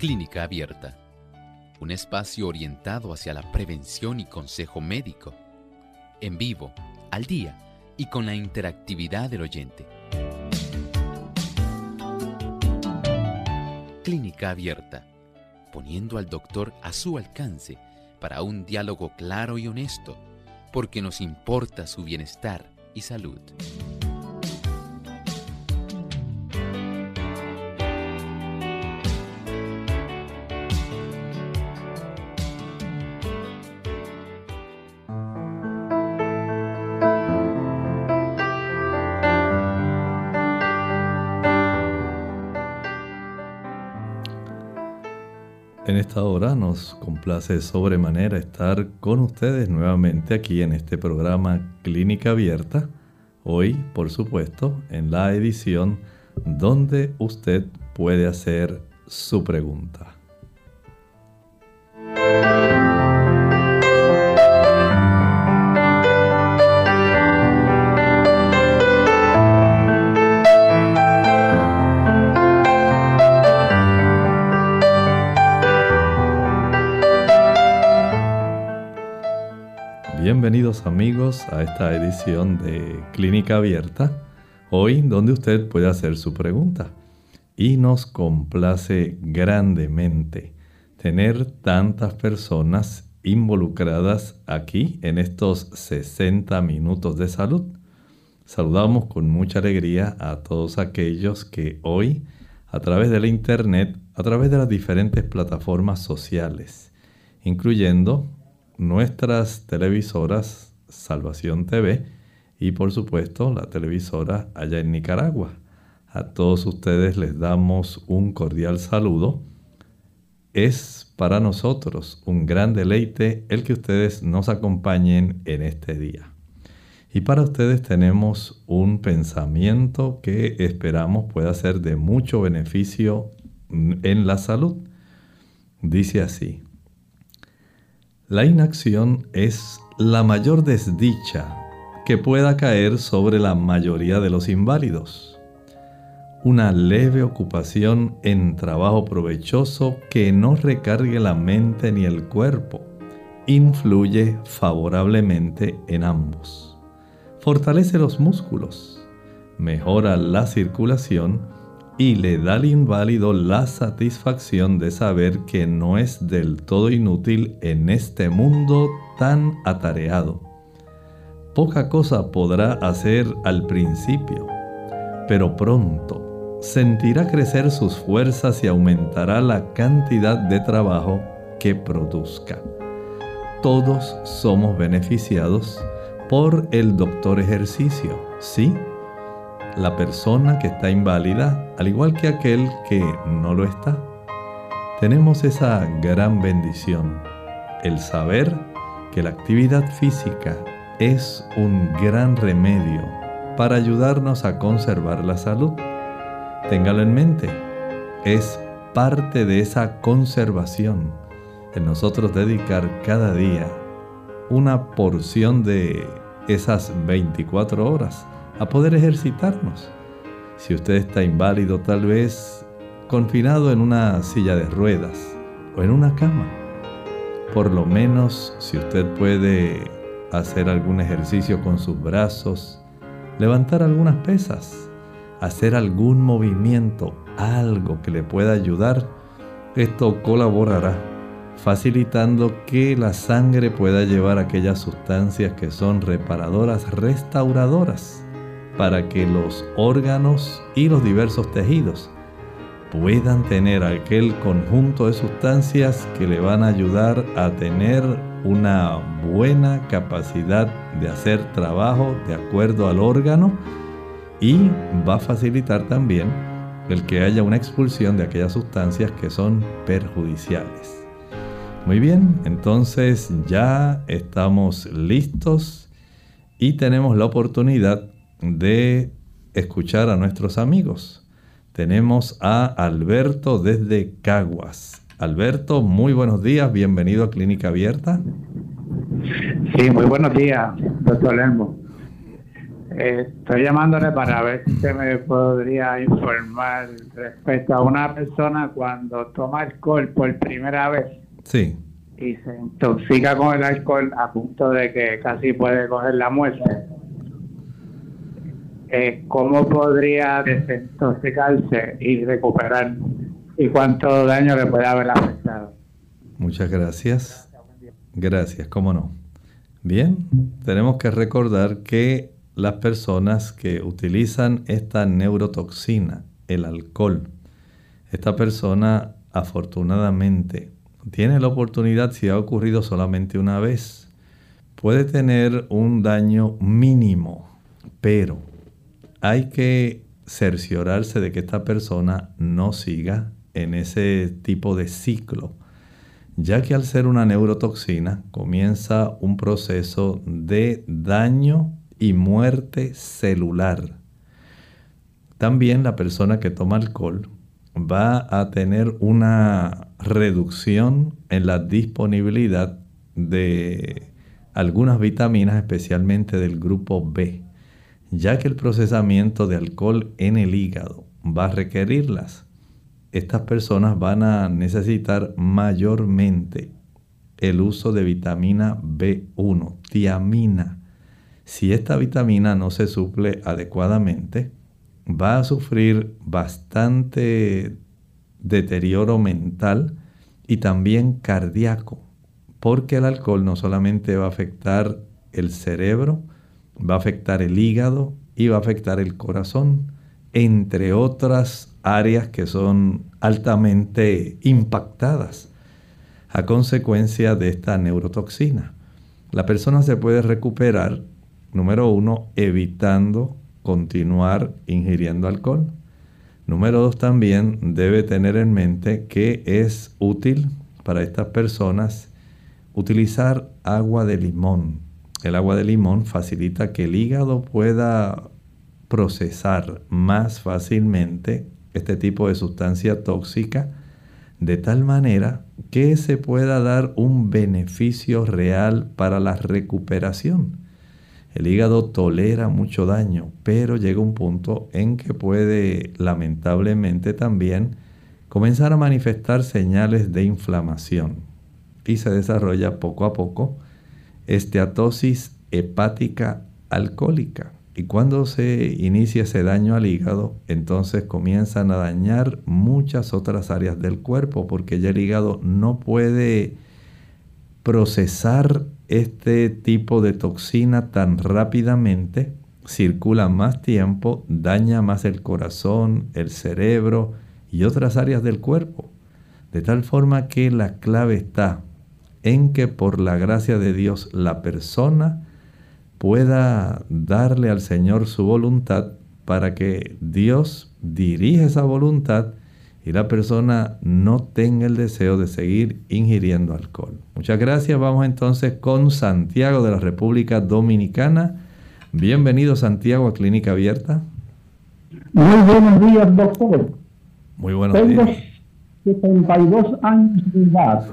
Clínica Abierta, un espacio orientado hacia la prevención y consejo médico, en vivo, al día y con la interactividad del oyente. Clínica Abierta, poniendo al doctor a su alcance para un diálogo claro y honesto, porque nos importa su bienestar y salud. En esta hora nos complace sobremanera estar con ustedes nuevamente aquí en este programa Clínica Abierta. Hoy, por supuesto, en la edición donde usted puede hacer su pregunta. Bienvenidos amigos a esta edición de Clínica Abierta, hoy donde usted puede hacer su pregunta. Y nos complace grandemente tener tantas personas involucradas aquí en estos 60 minutos de salud. Saludamos con mucha alegría a todos aquellos que hoy, a través de la internet, a través de las diferentes plataformas sociales, incluyendo nuestras televisoras Salvación TV y por supuesto la televisora allá en Nicaragua. A todos ustedes les damos un cordial saludo. Es para nosotros un gran deleite el que ustedes nos acompañen en este día. Y para ustedes tenemos un pensamiento que esperamos pueda ser de mucho beneficio en la salud. Dice así: la inacción es la mayor desdicha que pueda caer sobre la mayoría de los inválidos. Una leve ocupación en trabajo provechoso que no recargue la mente ni el cuerpo influye favorablemente en ambos. Fortalece los músculos, mejora la circulación y le da al inválido la satisfacción de saber que no es del todo inútil en este mundo tan atareado. Poca cosa podrá hacer al principio, pero pronto sentirá crecer sus fuerzas y aumentará la cantidad de trabajo que produzca. Todos somos beneficiados por el doctor ejercicio, ¿sí? La persona que está inválida, al igual que aquel que no lo está. Tenemos esa gran bendición, el saber que la actividad física es un gran remedio para ayudarnos a conservar la salud. Téngalo en mente, es parte de esa conservación, en nosotros dedicar cada día una porción de esas 24 horas a poder ejercitarnos. Si usted está inválido, tal vez confinado en una silla de ruedas o en una cama, por lo menos si usted puede hacer algún ejercicio con sus brazos, levantar algunas pesas, hacer algún movimiento, algo que le pueda ayudar, esto colaborará facilitando que la sangre pueda llevar aquellas sustancias que son reparadoras, restauradoras, para que los órganos y los diversos tejidos puedan tener aquel conjunto de sustancias que le van a ayudar a tener una buena capacidad de hacer trabajo de acuerdo al órgano, y va a facilitar también el que haya una expulsión de aquellas sustancias que son perjudiciales. Muy bien, entonces ya estamos listos y tenemos la oportunidad de escuchar a nuestros amigos. Tenemos a Alberto desde Caguas. Alberto, muy buenos días, bienvenido a Clínica Abierta. Sí, muy buenos días, doctor Lembo. Estoy llamándole para ver si usted me podría informar respecto a una persona cuando toma alcohol por primera vez. Sí. Y se intoxica con el alcohol a punto de que casi puede coger la muerte. ¿Cómo podría desintoxicarse y recuperar? ¿Y cuánto daño le puede haber afectado? Muchas gracias. Gracias, cómo no. Bien, tenemos que recordar que las personas que utilizan esta neurotoxina, el alcohol, esta persona afortunadamente tiene la oportunidad, si ha ocurrido solamente una vez, puede tener un daño mínimo, pero hay que cerciorarse de que esta persona no siga en ese tipo de ciclo, ya que al ser una neurotoxina comienza un proceso de daño y muerte celular. También la persona que toma alcohol va a tener una reducción en la disponibilidad de algunas vitaminas, especialmente del grupo B, ya que el procesamiento de alcohol en el hígado va a requerirlas. Estas personas van a necesitar mayormente el uso de vitamina B1, tiamina. Si esta vitamina no se suple adecuadamente, va a sufrir bastante deterioro mental y también cardíaco, porque el alcohol no solamente va a afectar el cerebro, va a afectar el hígado y va a afectar el corazón, entre otras áreas que son altamente impactadas a consecuencia de esta neurotoxina. La persona se puede recuperar, número 1, evitando continuar ingiriendo alcohol. Número 2, también debe tener en mente que es útil para estas personas utilizar agua de limón. El agua de limón facilita que el hígado pueda procesar más fácilmente este tipo de sustancia tóxica, de tal manera que se pueda dar un beneficio real para la recuperación. El hígado tolera mucho daño, pero llega un punto en que puede lamentablemente también comenzar a manifestar señales de inflamación y se desarrolla poco a poco esteatosis hepática alcohólica. Y cuando se inicia ese daño al hígado, entonces comienzan a dañar muchas otras áreas del cuerpo, porque ya el hígado no puede procesar este tipo de toxina tan rápidamente, circula más tiempo, daña más el corazón, el cerebro y otras áreas del cuerpo. De tal forma que la clave está en que por la gracia de Dios la persona pueda darle al Señor su voluntad para que Dios dirija esa voluntad y la persona no tenga el deseo de seguir ingiriendo alcohol. Muchas gracias. Vamos entonces con Santiago de la República Dominicana. Bienvenido, Santiago, a Clínica Abierta. Muy buenos días, doctor. Muy buenos días. Tengo 72 años de edad,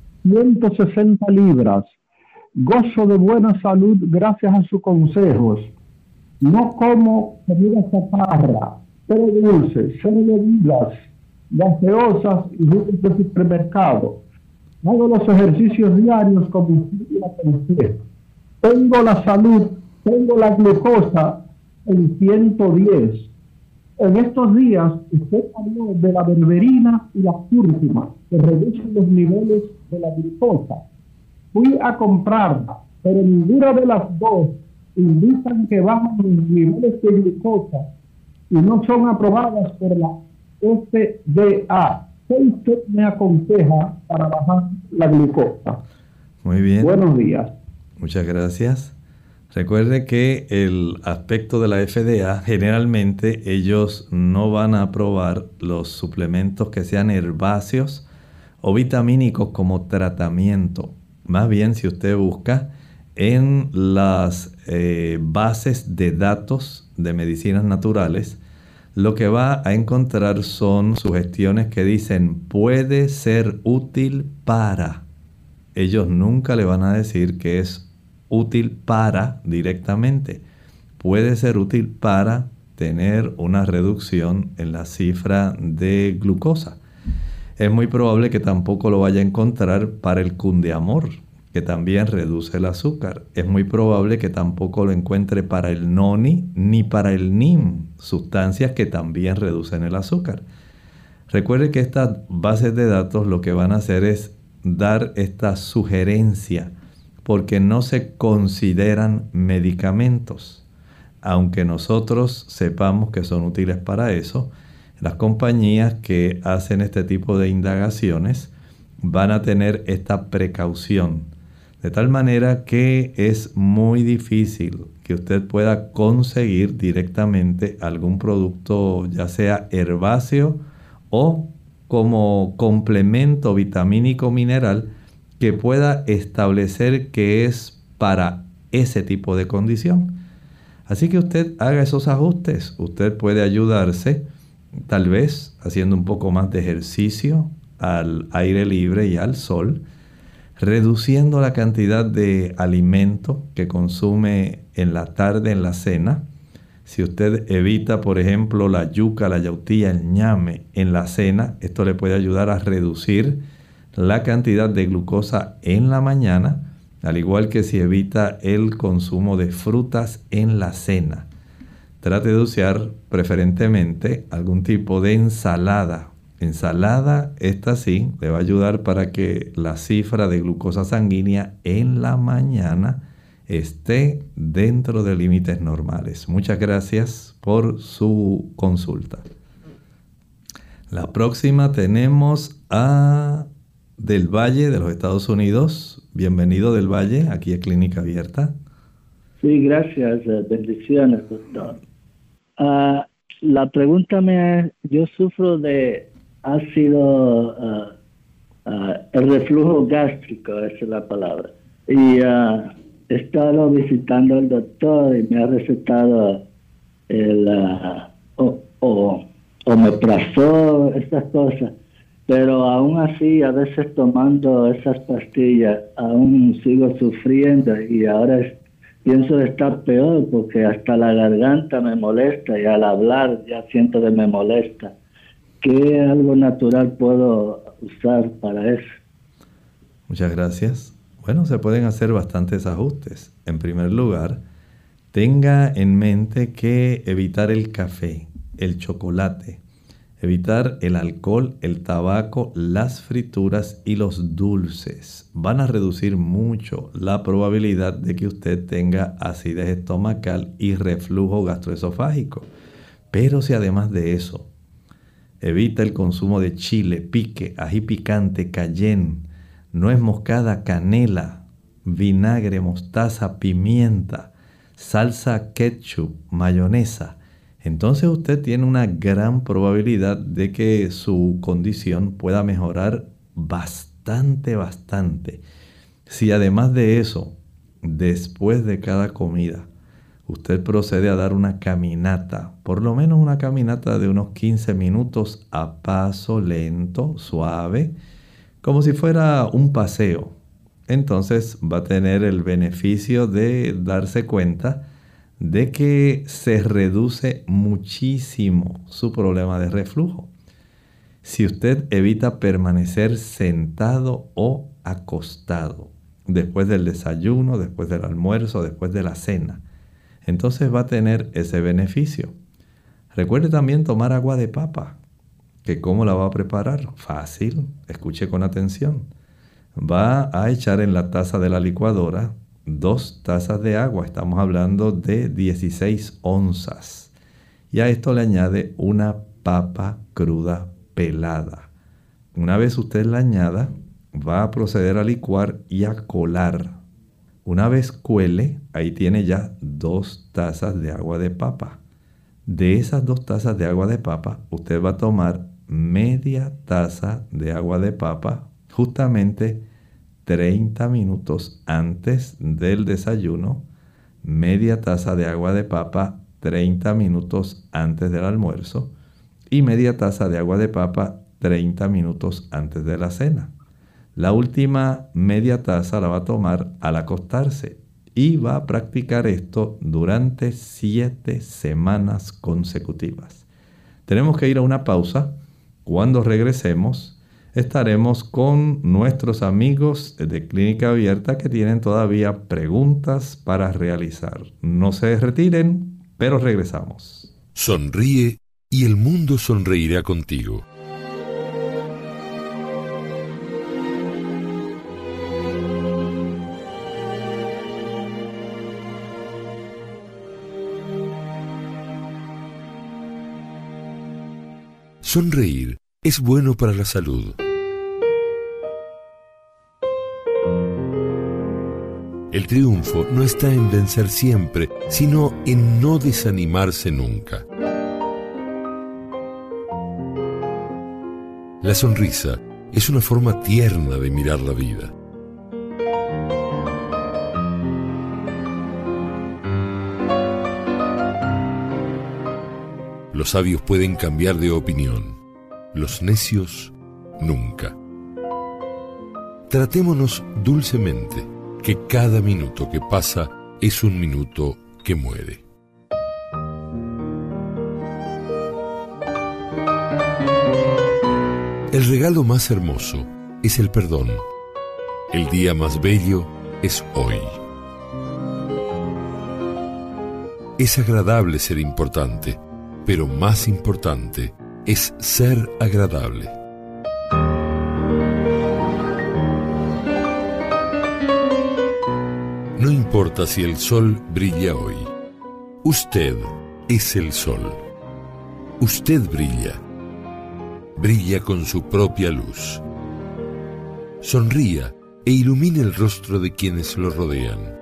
160 libras. Gozo de buena salud gracias a sus consejos. No como comida chatarra, pero dulce, cero bebidas, gaseosas y jugos de supermercado. Hago los ejercicios diarios como la aconseja. Tengo la salud, tengo la glucosa en 110. En estos días usted habló de la berberina y la cúrcuma que reducen los niveles de la glucosa. Fui a comprarla, pero ninguna de las dos indican que bajan los niveles de glucosa y no son aprobadas por la FDA. ¿Qué usted me aconseja para bajar la glucosa? Muy bien. Buenos días. Muchas gracias. Recuerde que el aspecto de la FDA, generalmente ellos no van a aprobar los suplementos que sean herbáceos o vitamínicos como tratamiento. Más bien, si usted busca en las bases de datos de medicinas naturales, lo que va a encontrar son sugestiones que dicen puede ser útil para. Ellos nunca le van a decir que es útil para directamente. puede ser útil para tener una reducción en la cifra de glucosa. Es muy probable que tampoco lo vaya a encontrar para el Cundiamor, que también reduce el azúcar. Es muy probable que tampoco lo encuentre para el Noni ni para el NIM, sustancias que también reducen el azúcar. Recuerde que estas bases de datos lo que van a hacer es dar esta sugerencia, porque no se consideran medicamentos. Aunque nosotros sepamos que son útiles para eso, las compañías que hacen este tipo de indagaciones van a tener esta precaución. De tal manera que es muy difícil que usted pueda conseguir directamente algún producto, ya sea herbáceo o como complemento vitamínico mineral, que pueda establecer que es para ese tipo de condición. Así que usted haga esos ajustes. Usted puede ayudarse, tal vez haciendo un poco más de ejercicio al aire libre y al sol, reduciendo la cantidad de alimento que consume en la tarde, en la cena. Si usted evita, por ejemplo, la yuca, la yautía, el ñame en la cena, esto le puede ayudar a reducir la cantidad de glucosa en la mañana, al igual que si evita el consumo de frutas en la cena. Trate de usar preferentemente algún tipo de ensalada. Ensalada, esta sí, le va a ayudar para que la cifra de glucosa sanguínea en la mañana esté dentro de límites normales. Muchas gracias por su consulta. La próxima tenemos a Del Valle de los Estados Unidos. Bienvenido Del Valle, aquí es Clínica Abierta. Sí, gracias. Bendiciones, doctor. La pregunta es, yo sufro de ácido, el reflujo gástrico, esa es la palabra. Y he estado visitando al doctor y me ha recetado el omeprazol, estas cosas. Pero aún así, a veces tomando esas pastillas, aún sigo sufriendo y ahora pienso estar peor porque hasta la garganta me molesta y al hablar ya siento que me molesta. ¿Qué algo natural puedo usar para eso? Muchas gracias. Bueno, se pueden hacer bastantes ajustes. En primer lugar, tenga en mente que evitar el café, el chocolate, evitar el alcohol, el tabaco, las frituras y los dulces van a reducir mucho la probabilidad de que usted tenga acidez estomacal y reflujo gastroesofágico. Pero si además de eso evita el consumo de chile, pique, ají picante, cayenne, nuez moscada, canela, vinagre, mostaza, pimienta, salsa ketchup, mayonesa, entonces usted tiene una gran probabilidad de que su condición pueda mejorar bastante. Si además de eso, después de cada comida, usted procede a dar una caminata, por lo menos una caminata de unos 15 minutos a paso lento, suave, como si fuera un paseo, entonces va a tener el beneficio de darse cuenta de que se reduce muchísimo su problema de reflujo. Si usted evita permanecer sentado o acostado después del desayuno, después del almuerzo, después de la cena, entonces va a tener ese beneficio. Recuerde también tomar agua de papa. ¿Que cómo la va a preparar? Fácil, escuche con atención. Va a echar en la taza de la licuadora 2 tazas de agua, estamos hablando de 16 onzas. Y a esto le añade una papa cruda pelada. Una vez usted la añada, va a proceder a licuar y a colar. Una vez cuele, ahí tiene ya 2 tazas de agua de papa. De esas 2 tazas de agua de papa, usted va a tomar media taza de agua de papa, justamente 30 minutos antes del desayuno, media taza de agua de papa 30 minutos antes del almuerzo y media taza de agua de papa 30 minutos antes de la cena. La última media taza la va a tomar al acostarse y va a practicar esto durante 7 semanas consecutivas. Tenemos que ir a una pausa. Cuando regresemos, estaremos con nuestros amigos de Clínica Abierta que tienen todavía preguntas para realizar. No se retiren, pero regresamos. Sonríe y el mundo sonreirá contigo. Sonreír es bueno para la salud. El triunfo no está en vencer siempre, sino en no desanimarse nunca. La sonrisa es una forma tierna de mirar la vida. Los sabios pueden cambiar de opinión, los necios nunca. Tratémonos dulcemente, que cada minuto que pasa es un minuto que muere. El regalo más hermoso es el perdón. El día más bello es hoy. Es agradable ser importante, pero más importante es ser agradable. No importa si el sol brilla hoy. Usted es el sol. Usted brilla. Brilla con su propia luz. Sonría e ilumine el rostro de quienes lo rodean.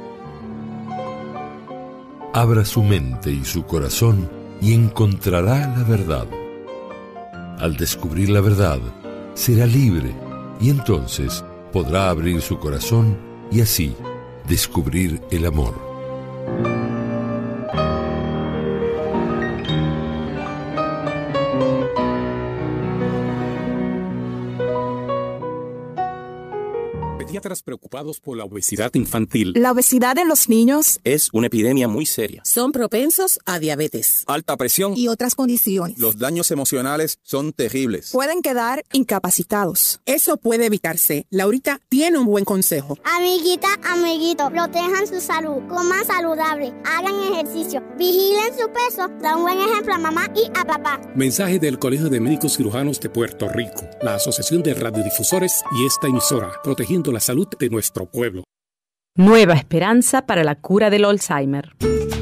Abra su mente y su corazón y encontrará la verdad. Al descubrir la verdad, será libre y entonces podrá abrir su corazón y así descubrir el amor. Pediatras preocupados por la obesidad infantil. La obesidad en los niños Es una epidemia muy seria. Son propensos a diabetes, Alta presión y otras condiciones Los daños emocionales son terribles. pueden quedar incapacitados. Eso puede evitarse. Laurita tiene un buen consejo. Amiguita, amiguito, protejan su salud, coman saludable, hagan ejercicio, vigilen su peso, da un buen ejemplo a mamá y a papá. Mensaje del Colegio de Médicos Cirujanos de Puerto Rico, la Asociación de Radiodifusores y esta emisora, protegiendo la salud de nuestro pueblo. Nueva esperanza para la cura del Alzheimer.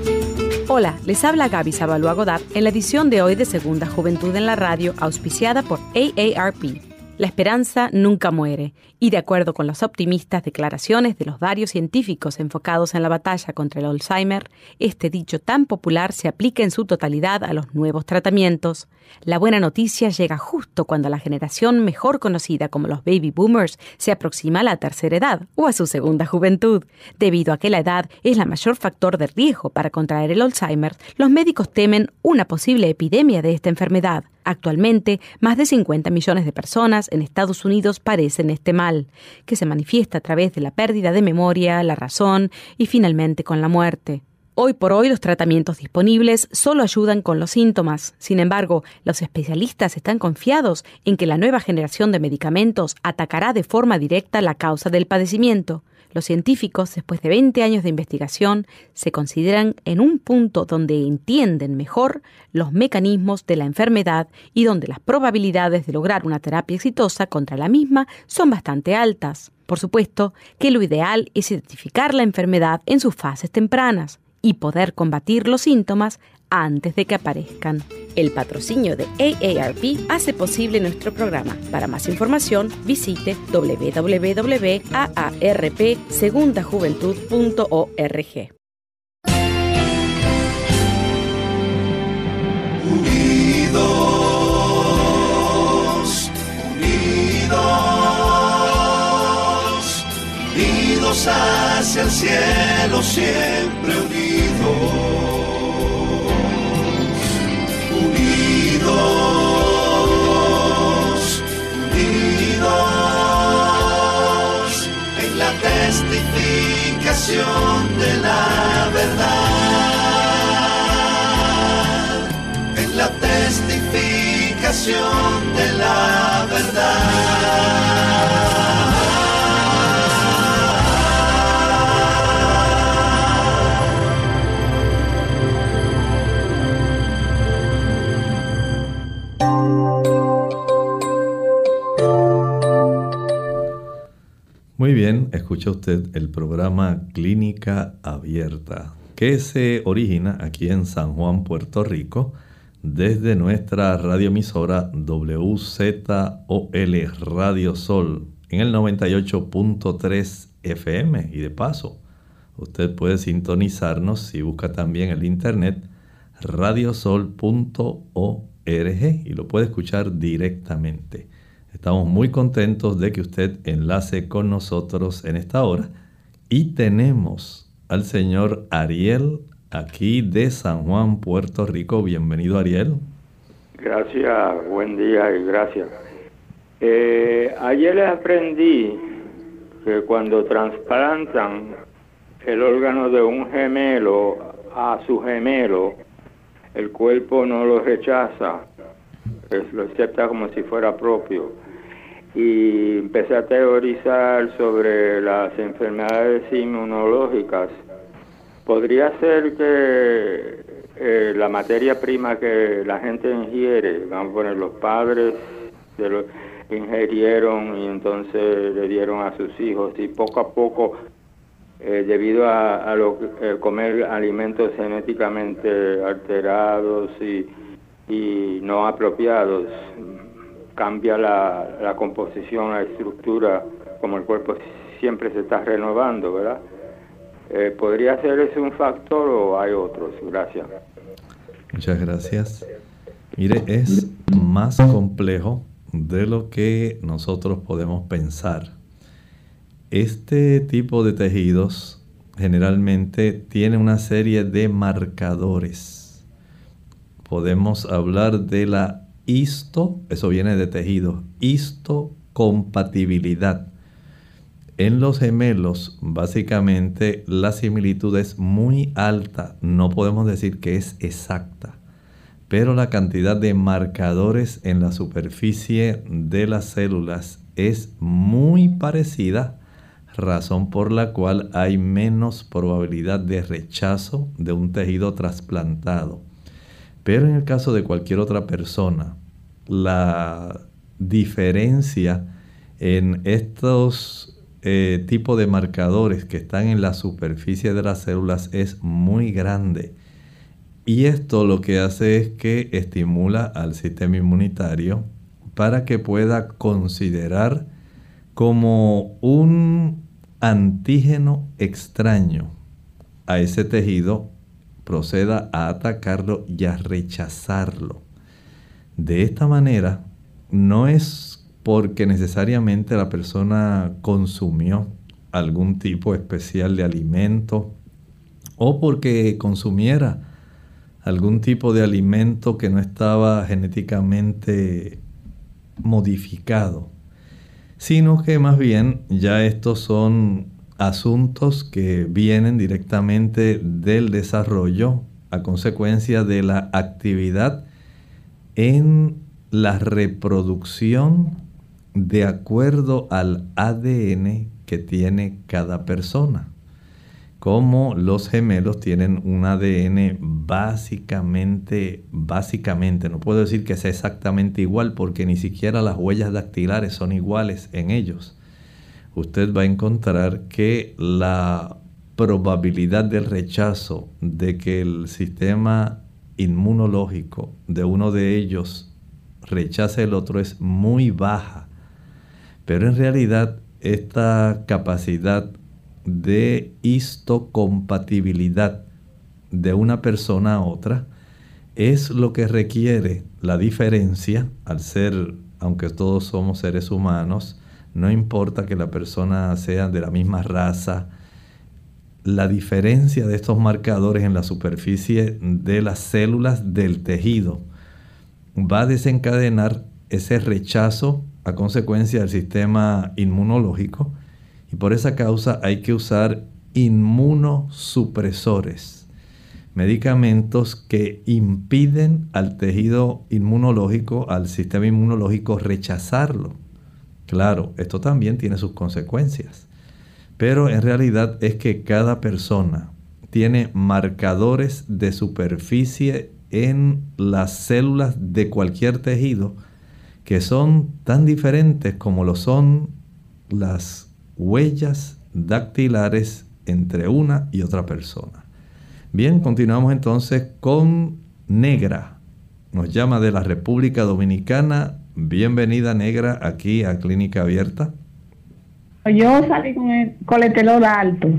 Hola, les habla Gaby Zabalúa Godard en la edición de hoy de Segunda Juventud en la Radio, auspiciada por AARP. La esperanza nunca muere, y de acuerdo con las optimistas declaraciones de los varios científicos enfocados en la batalla contra el Alzheimer, este dicho tan popular se aplica en su totalidad a los nuevos tratamientos. La buena noticia llega justo cuando la generación mejor conocida como los baby boomers se aproxima a la tercera edad o a su segunda juventud. Debido a que la edad es el mayor factor de riesgo para contraer el Alzheimer, los médicos temen una posible epidemia de esta enfermedad. Actualmente, más de 50 millones de personas en Estados Unidos padecen este mal, que se manifiesta a través de la pérdida de memoria, la razón y finalmente con la muerte. Hoy por hoy los tratamientos disponibles solo ayudan con los síntomas. Sin embargo, los especialistas están confiados en que la nueva generación de medicamentos atacará de forma directa la causa del padecimiento. Los científicos, después de 20 años de investigación, se consideran en un punto donde entienden mejor los mecanismos de la enfermedad y donde las probabilidades de lograr una terapia exitosa contra la misma son bastante altas. Por supuesto que lo ideal es identificar la enfermedad en sus fases tempranas y poder combatir los síntomas antes de que aparezcan. El patrocinio de AARP hace posible nuestro programa. Para más información, visite www.aarpsegundajuventud.org. Unidos, unidos, unidos hacia el cielo, siempre unidos. Unidos, unidos, en la testificación de la verdad, en la testificación de la verdad. Muy bien, escucha usted el programa Clínica Abierta, que se origina aquí en San Juan, Puerto Rico, desde nuestra radioemisora WZOL Radio Sol en el 98.3 FM. Y de paso, usted puede sintonizarnos si busca también el internet radiosol.org y lo puede escuchar directamente. Estamos muy contentos de que usted enlace con nosotros en esta hora y tenemos al señor Ariel aquí de San Juan, Puerto Rico. Bienvenido, Ariel. Gracias, buen día y gracias. Ayer aprendí que cuando trasplantan el órgano de un gemelo a su gemelo, el cuerpo no lo rechaza, lo acepta como si fuera propio. Y empecé a teorizar sobre las enfermedades inmunológicas. ¿Podría ser que la materia prima que la gente ingiere, vamos a poner los padres ingerieron y entonces le dieron a sus hijos, y poco a poco, debido a comer alimentos genéticamente alterados y no apropiados, cambia la composición, la estructura, como el cuerpo siempre se está renovando, ¿verdad? ¿Podría ser ese un factor o hay otros? Gracias. Muchas gracias. Mire, es más complejo de lo que nosotros podemos pensar. Este tipo de tejidos generalmente tiene una serie de marcadores. Podemos hablar de la eso viene de tejidos, histocompatibilidad. En los gemelos, básicamente, la similitud es muy alta. No podemos decir que es exacta, pero la cantidad de marcadores en la superficie de las células es muy parecida, razón por la cual hay menos probabilidad de rechazo de un tejido trasplantado. Pero en el caso de cualquier otra persona, la diferencia en estos tipos de marcadores que están en la superficie de las células es muy grande. Y esto lo que hace es que estimula al sistema inmunitario para que pueda considerar como un antígeno extraño a ese tejido, proceda a atacarlo y a rechazarlo. De esta manera, no es porque necesariamente la persona consumió algún tipo especial de alimento o porque consumiera algún tipo de alimento que no estaba genéticamente modificado, sino que más bien ya estos son asuntos que vienen directamente del desarrollo a consecuencia de la actividad en la reproducción de acuerdo al ADN que tiene cada persona. Como los gemelos tienen un ADN básicamente, no puedo decir que sea exactamente igual porque ni siquiera las huellas dactilares son iguales en ellos. Usted va a encontrar que la probabilidad del rechazo de que el sistema inmunológico de uno de ellos rechace el otro es muy baja. Pero en realidad esta capacidad de histocompatibilidad de una persona a otra es lo que requiere la diferencia, al ser, aunque todos somos seres humanos, no importa que la persona sea de la misma raza, la diferencia de estos marcadores en la superficie de las células del tejido va a desencadenar ese rechazo a consecuencia del sistema inmunológico Y por esa causa hay que usar inmunosupresores, medicamentos que impiden al tejido inmunológico, al sistema inmunológico rechazarlo. Claro, esto también tiene sus consecuencias, pero en realidad es que cada persona tiene marcadores de superficie en las células de cualquier tejido que son tan diferentes como lo son las huellas dactilares entre una y otra persona. Bien, continuamos entonces con Negra. Nos llama de la República Dominicana. Bienvenida, Negra, aquí a Clínica Abierta. Yo salí con el colesterol alto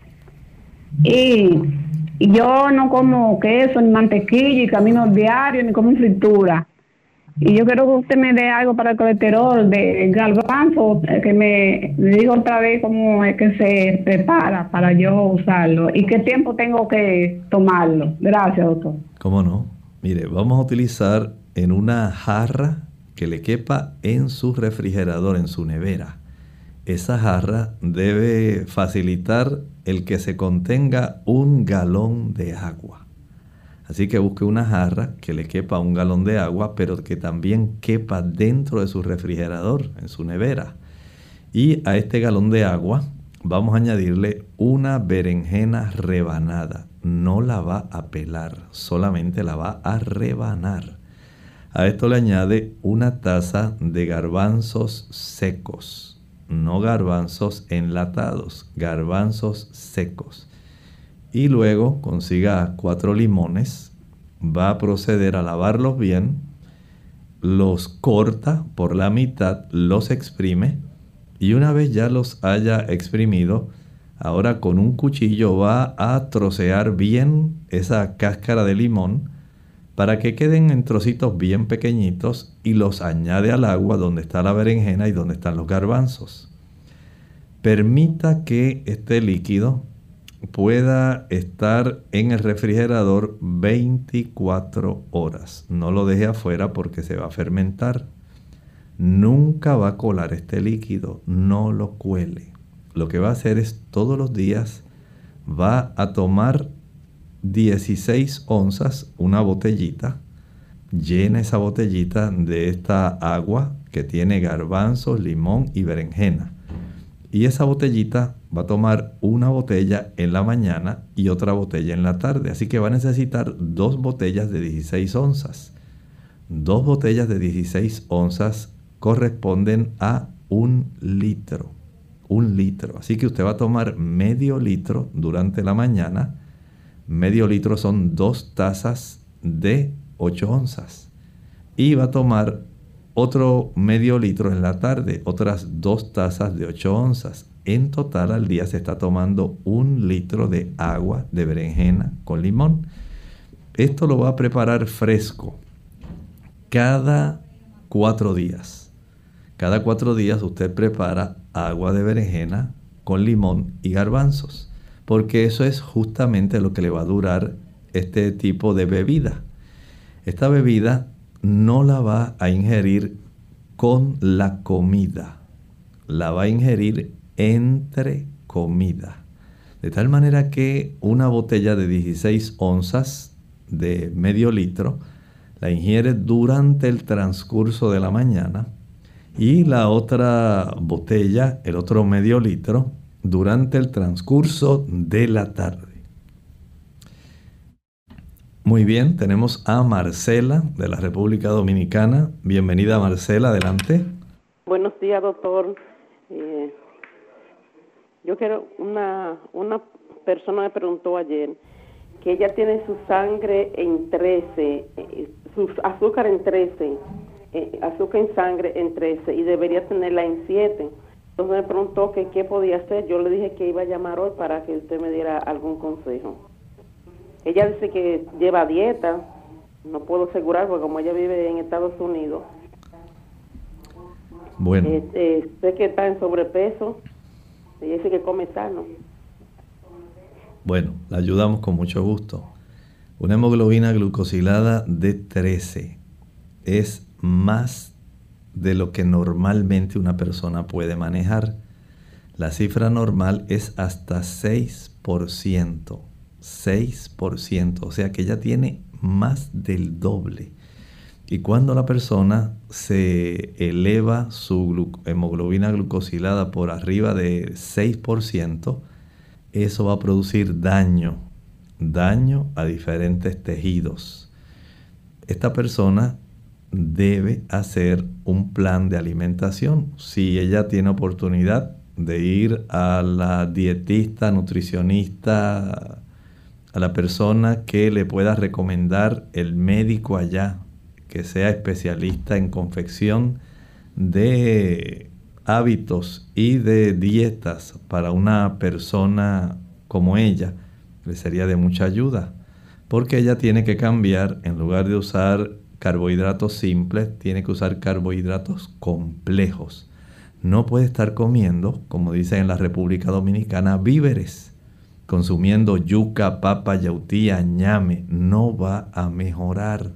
y yo no como queso ni mantequilla y camino diario ni como fritura. Y yo quiero que usted me dé algo para el colesterol de garbanzo, que me diga otra vez cómo es que se prepara para yo usarlo y qué tiempo tengo que tomarlo. Gracias, doctor. ¿Cómo no? Mire, vamos a utilizar en una jarra que le quepa en su refrigerador, en su nevera. Esa jarra debe facilitar el que se contenga 1 galón de agua. Así que busque una jarra que le quepa 1 galón de agua, pero que también quepa dentro de su refrigerador, en su nevera. Y a este galón de agua vamos a añadirle una berenjena rebanada. No la va a pelar, solamente la va a rebanar. A esto le añade 1 taza de garbanzos secos, no garbanzos enlatados, garbanzos secos. Y luego consiga 4 limones, va a proceder a lavarlos bien, los corta por la mitad, los exprime y una vez ya los haya exprimido, ahora con un cuchillo va a trocear bien esa cáscara de limón para que queden en trocitos bien pequeñitos y los añade al agua donde está la berenjena y donde están los garbanzos. Permita que este líquido pueda estar en el refrigerador 24 horas. No lo deje afuera porque se va a fermentar. Nunca va a colar este líquido, no lo cuele. Lo que va a hacer es todos los días va a tomar 16 onzas, una botellita. Llena esa botellita de esta agua que tiene garbanzos, limón y berenjena. Y esa botellita va a tomar una botella en la mañana y otra botella en la tarde. Así que va a necesitar 2 botellas de 16 onzas. 2 botellas de 16 onzas corresponden a 1 litro. 1 litro. Así que usted va a tomar medio litro durante la mañana. Medio litro son 2 tazas de 8 onzas. Y va a tomar otro medio litro en la tarde, otras 2 tazas de 8 onzas. En total al día se está tomando 1 litro de agua de berenjena con limón. Esto lo va a preparar fresco cada 4 días. Cada 4 días usted prepara agua de berenjena con limón y garbanzos, porque eso es justamente lo que le va a durar este tipo de bebida. Esta bebida no la va a ingerir con la comida, la va a ingerir entre comida. De tal manera que una botella de 16 onzas de medio litro la ingiere durante el transcurso de la mañana y la otra botella, el otro medio litro, durante el transcurso de la tarde. Muy bien, tenemos a Marcela de la República Dominicana. Bienvenida, Marcela, adelante. Buenos días, doctor. Yo quiero, una persona me preguntó ayer que ella tiene su sangre en 13, su azúcar en 13, azúcar en sangre en 13 y debería tenerla en 7. Entonces me preguntó que qué podía hacer. Yo le dije que iba a llamar hoy para que usted me diera algún consejo. Ella dice que lleva dieta, no puedo asegurar porque como ella vive en Estados Unidos, bueno, sé que está en sobrepeso, ella dice que come sano. Bueno, la ayudamos con mucho gusto. Una hemoglobina glucosilada de 13 es más de lo que normalmente una persona puede manejar. La cifra normal es hasta 6%. 6%, o sea que ella tiene más del doble. Y cuando la persona se eleva su hemoglobina glucosilada por arriba de 6%, eso va a producir daño a diferentes tejidos. Esta persona debe hacer un plan de alimentación. Si ella tiene oportunidad de ir a la dietista, nutricionista, a la persona que le pueda recomendar el médico allá, que sea especialista en confección de hábitos y de dietas para una persona como ella, le sería de mucha ayuda, porque ella tiene que cambiar, en lugar de usar carbohidratos simples, tiene que usar carbohidratos complejos. No puede estar comiendo, como dicen en la República Dominicana, víveres, consumiendo yuca, papa, yautía, ñame. No va a mejorar.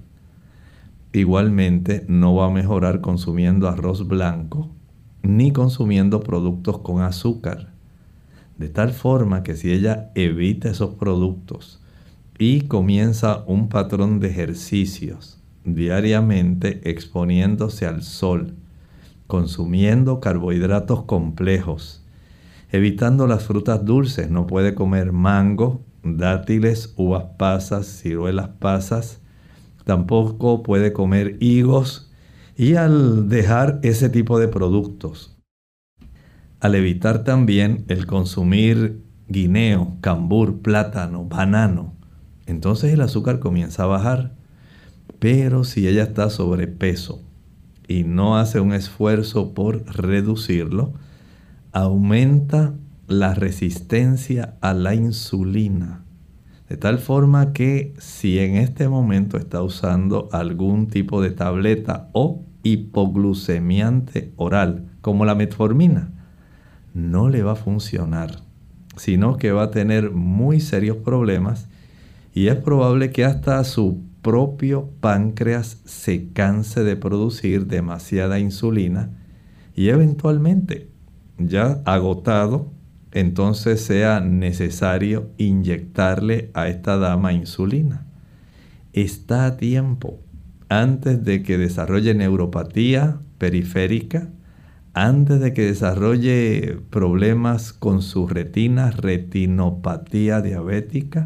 Igualmente, no va a mejorar consumiendo arroz blanco, ni consumiendo productos con azúcar. De tal forma que si ella evita esos productos y comienza un patrón de ejercicios diariamente exponiéndose al sol, consumiendo carbohidratos complejos, evitando las frutas dulces, no puede comer mango, dátiles, uvas pasas, ciruelas pasas, tampoco puede comer higos, y al dejar ese tipo de productos, al evitar también el consumir guineo, cambur, plátano, banano, entonces el azúcar comienza a bajar. Pero si ella está sobrepeso y no hace un esfuerzo por reducirlo, aumenta la resistencia a la insulina. De tal forma que si en este momento está usando algún tipo de tableta o hipoglucemiante oral, como la metformina, no le va a funcionar, sino que va a tener muy serios problemas y es probable que hasta su propio páncreas se canse de producir demasiada insulina y eventualmente, ya agotado, entonces sea necesario inyectarle a esta dama insulina. Está a tiempo, antes de que desarrolle neuropatía periférica, antes de que desarrolle problemas con su retina, retinopatía diabética,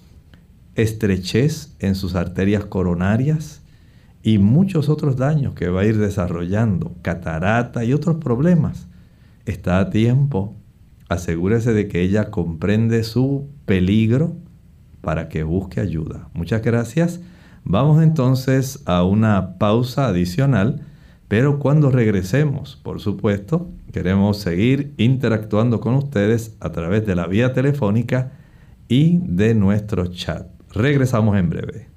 estrechez en sus arterias coronarias y muchos otros daños que va a ir desarrollando, catarata y otros problemas. Está a tiempo. Asegúrese de que ella comprende su peligro para que busque ayuda. Muchas gracias. Vamos entonces a una pausa adicional, pero cuando regresemos, por supuesto, queremos seguir interactuando con ustedes a través de la vía telefónica y de nuestro chat. Regresamos en breve.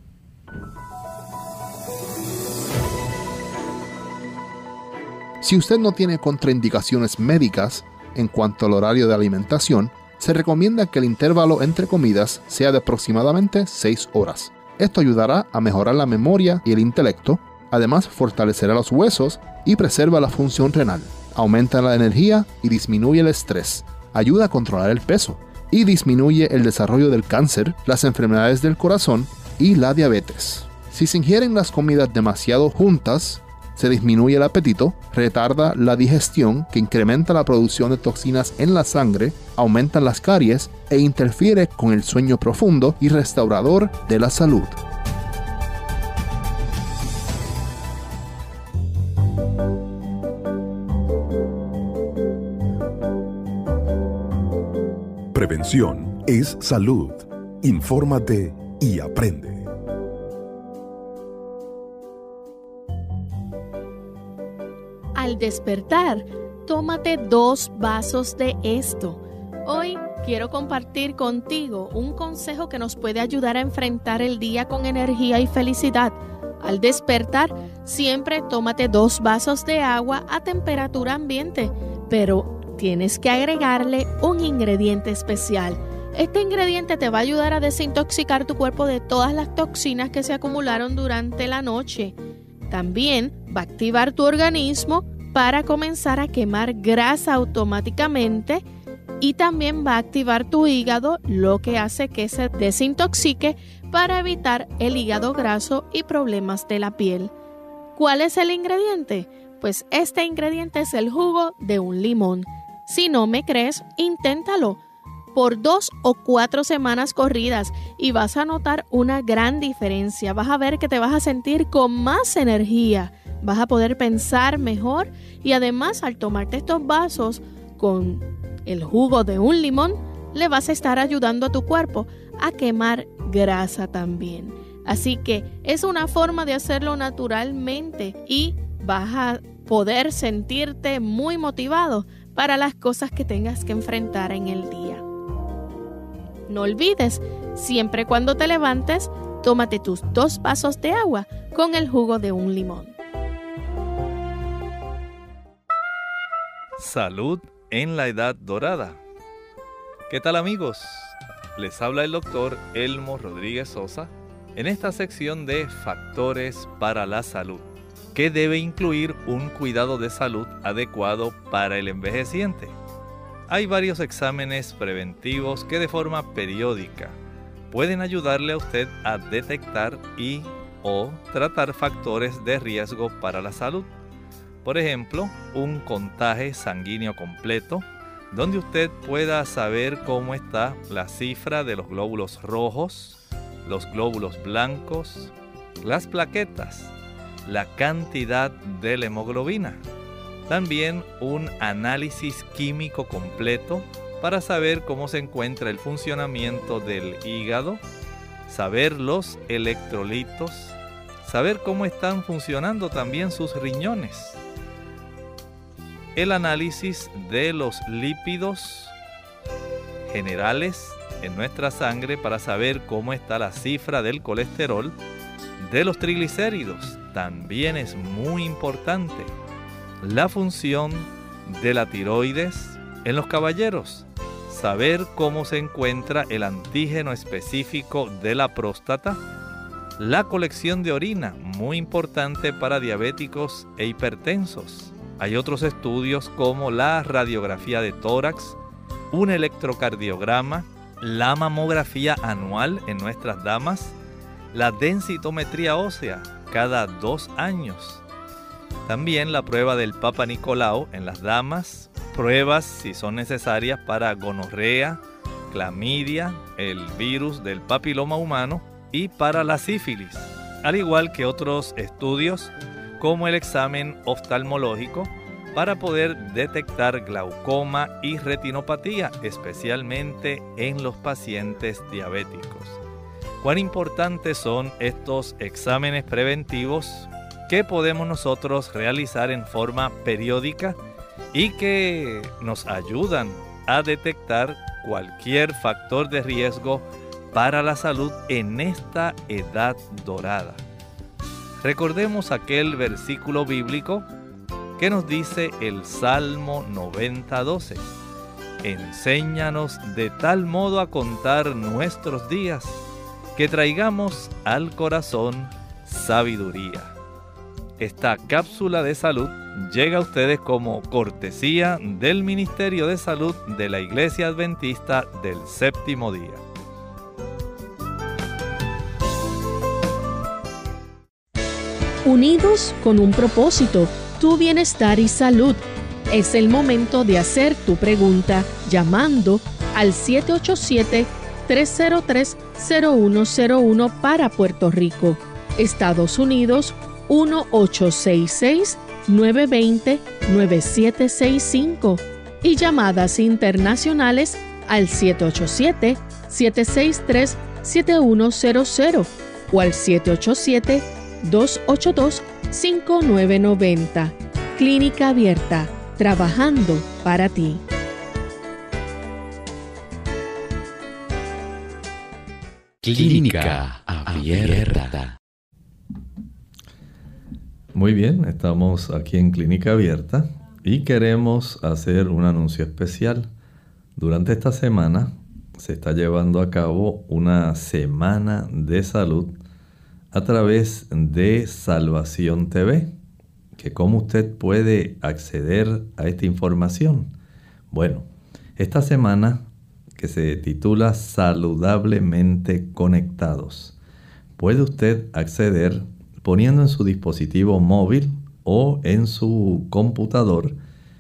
Si usted no tiene contraindicaciones médicas en cuanto al horario de alimentación, se recomienda que el intervalo entre comidas sea de aproximadamente 6 horas. Esto ayudará a mejorar la memoria y el intelecto, además fortalecerá los huesos y preserva la función renal, aumenta la energía y disminuye el estrés, ayuda a controlar el peso y disminuye el desarrollo del cáncer, las enfermedades del corazón y la diabetes. Si se ingieren las comidas demasiado juntas, se disminuye el apetito, retarda la digestión que incrementa la producción de toxinas en la sangre, aumenta las caries e interfiere con el sueño profundo y restaurador de la salud. Prevención es salud. Infórmate y aprende. Al despertar, tómate 2 vasos de esto. Hoy quiero compartir contigo un consejo que nos puede ayudar a enfrentar el día con energía y felicidad. Al despertar, siempre tómate 2 vasos de agua a temperatura ambiente, pero tienes que agregarle un ingrediente especial. Este ingrediente te va a ayudar a desintoxicar tu cuerpo de todas las toxinas que se acumularon durante la noche. También va a activar tu organismo para comenzar a quemar grasa automáticamente y también va a activar tu hígado, lo que hace que se desintoxique para evitar el hígado graso y problemas de la piel. ¿Cuál es el ingrediente? Pues este ingrediente es el jugo de un limón. Si no me crees, inténtalo por 2 o 4 semanas corridas y vas a notar una gran diferencia. Vas a ver que te vas a sentir con más energía, vas a poder pensar mejor y además al tomarte estos vasos con el jugo de un limón, le vas a estar ayudando a tu cuerpo a quemar grasa también. Así que es una forma de hacerlo naturalmente y vas a poder sentirte muy motivado para las cosas que tengas que enfrentar en el día. No olvides, siempre cuando te levantes, tómate tus 2 vasos de agua con el jugo de un limón. Salud en la Edad Dorada. ¿Qué tal, amigos? Les habla el doctor Elmo Rodríguez Sosa en esta sección de Factores para la Salud, que debe incluir un cuidado de salud adecuado para el envejeciente. Hay varios exámenes preventivos que de forma periódica pueden ayudarle a usted a detectar y o tratar factores de riesgo para la salud. Por ejemplo, un conteo sanguíneo completo, donde usted pueda saber cómo está la cifra de los glóbulos rojos, los glóbulos blancos, las plaquetas, la cantidad de la hemoglobina. También un análisis químico completo para saber cómo se encuentra el funcionamiento del hígado, saber los electrolitos, saber cómo están funcionando también sus riñones. El análisis de los lípidos generales en nuestra sangre para saber cómo está la cifra del colesterol, de los triglicéridos, también es muy importante. La función de la tiroides en los caballeros, saber cómo se encuentra el antígeno específico de la próstata, la colección de orina, muy importante para diabéticos e hipertensos. Hay otros estudios como la radiografía de tórax, un electrocardiograma, la mamografía anual en nuestras damas, la densitometría ósea cada 2 años. También la prueba del Papa Nicolau en las damas, pruebas si son necesarias para gonorrea, clamidia, el virus del papiloma humano y para la sífilis, al igual que otros estudios como el examen oftalmológico para poder detectar glaucoma y retinopatía, especialmente en los pacientes diabéticos. ¿Cuán importantes son estos exámenes preventivos que podemos nosotros realizar en forma periódica y que nos ayudan a detectar cualquier factor de riesgo para la salud en esta edad dorada? Recordemos aquel versículo bíblico que nos dice el Salmo 90:12. Enséñanos de tal modo a contar nuestros días, que traigamos al corazón sabiduría. Esta cápsula de salud llega a ustedes como cortesía del Ministerio de Salud de la Iglesia Adventista del Séptimo Día. Unidos con un propósito, tu bienestar y salud. Es el momento de hacer tu pregunta llamando al 787-303-0101 para Puerto Rico, Estados Unidos 1-866-920-9765 y llamadas internacionales al 787-763-7100 o al 787-282-5990. Clínica Abierta, trabajando para ti. Clínica Abierta. Muy bien, estamos aquí en Clínica Abierta y queremos hacer un anuncio especial. Durante esta semana se está llevando a cabo una semana de salud a través de Salvación TV. que cómo usted puede acceder a esta información. Bueno, esta semana, que se titula Saludablemente Conectados, puede usted acceder poniendo en su dispositivo móvil o en su computador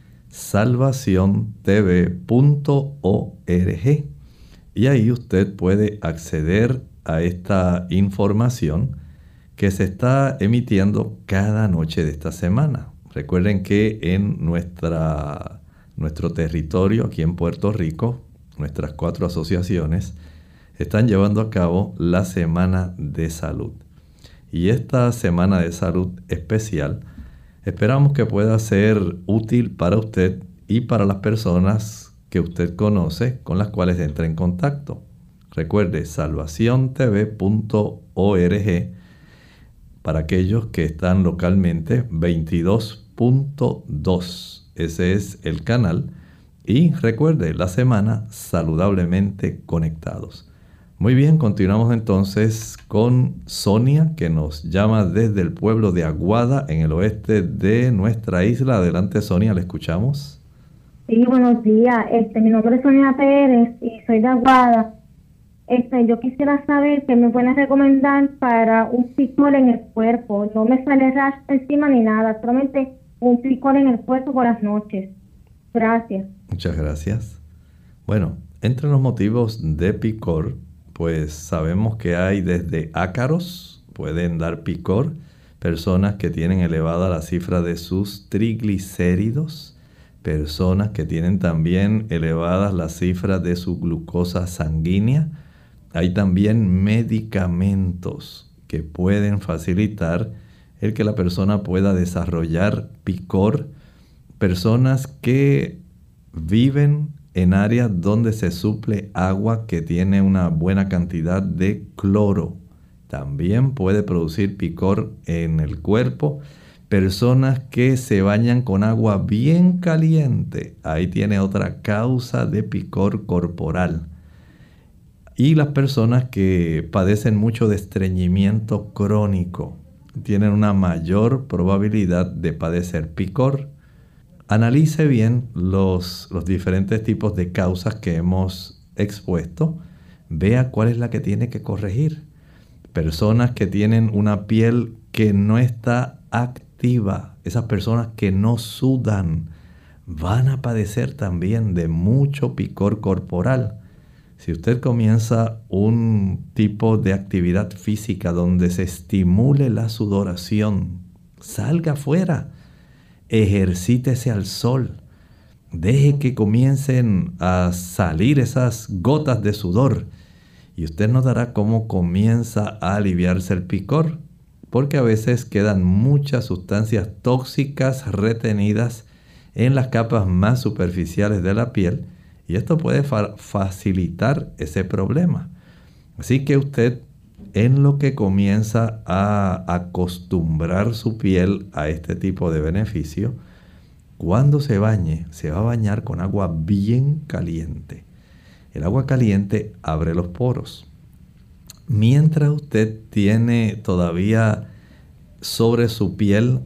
salvaciontv.org, y ahí usted puede acceder a esta información que se está emitiendo cada noche de esta semana. Recuerden que en nuestro territorio, aquí en Puerto Rico, nuestras 4 asociaciones están llevando a cabo la Semana de Salud. Y esta Semana de Salud especial esperamos que pueda ser útil para usted y para las personas que usted conoce con las cuales entre en contacto. Recuerde, salvaciontv.org para aquellos que están localmente, 22.2. Ese es el canal. Y recuerde, la semana Saludablemente Conectados. Muy bien, continuamos entonces con Sonia, que nos llama desde el pueblo de Aguada, en el oeste de nuestra isla. Adelante, Sonia, le escuchamos. Sí, buenos días. Mi nombre es Sonia Pérez y soy de Aguada. Yo quisiera saber qué me pueden recomendar para un picor en el cuerpo. No me sale rash encima ni nada, solamente un picor en el cuerpo por las noches. Gracias. Muchas gracias. Bueno, entre los motivos de picor, pues sabemos que hay desde ácaros, pueden dar picor, personas que tienen elevada la cifra de sus triglicéridos, personas que tienen también elevadas las cifras de su glucosa sanguínea. Hay también medicamentos que pueden facilitar el que la persona pueda desarrollar picor. Personas que viven en áreas donde se suple agua que tiene una buena cantidad de cloro, también puede producir picor en el cuerpo. Personas que se bañan con agua bien caliente, ahí tiene otra causa de picor corporal. Y las personas que padecen mucho de estreñimiento crónico tienen una mayor probabilidad de padecer picor. Analice bien los diferentes tipos de causas que hemos expuesto. Vea cuál es la que tiene que corregir. Personas que tienen una piel que no está activa, esas personas que no sudan, van a padecer también de mucho picor corporal. Si usted comienza un tipo de actividad física donde se estimule la sudoración, salga afuera. Ejercítese al sol. Deje que comiencen a salir esas gotas de sudor. Y usted notará cómo comienza a aliviarse el picor. Porque a veces quedan muchas sustancias tóxicas retenidas en las capas más superficiales de la piel. Y esto puede facilitar ese problema. Así que usted, en lo que comienza a acostumbrar su piel a este tipo de beneficio, cuando se bañe, se va a bañar con agua bien caliente. El agua caliente abre los poros. Mientras usted tiene todavía sobre su piel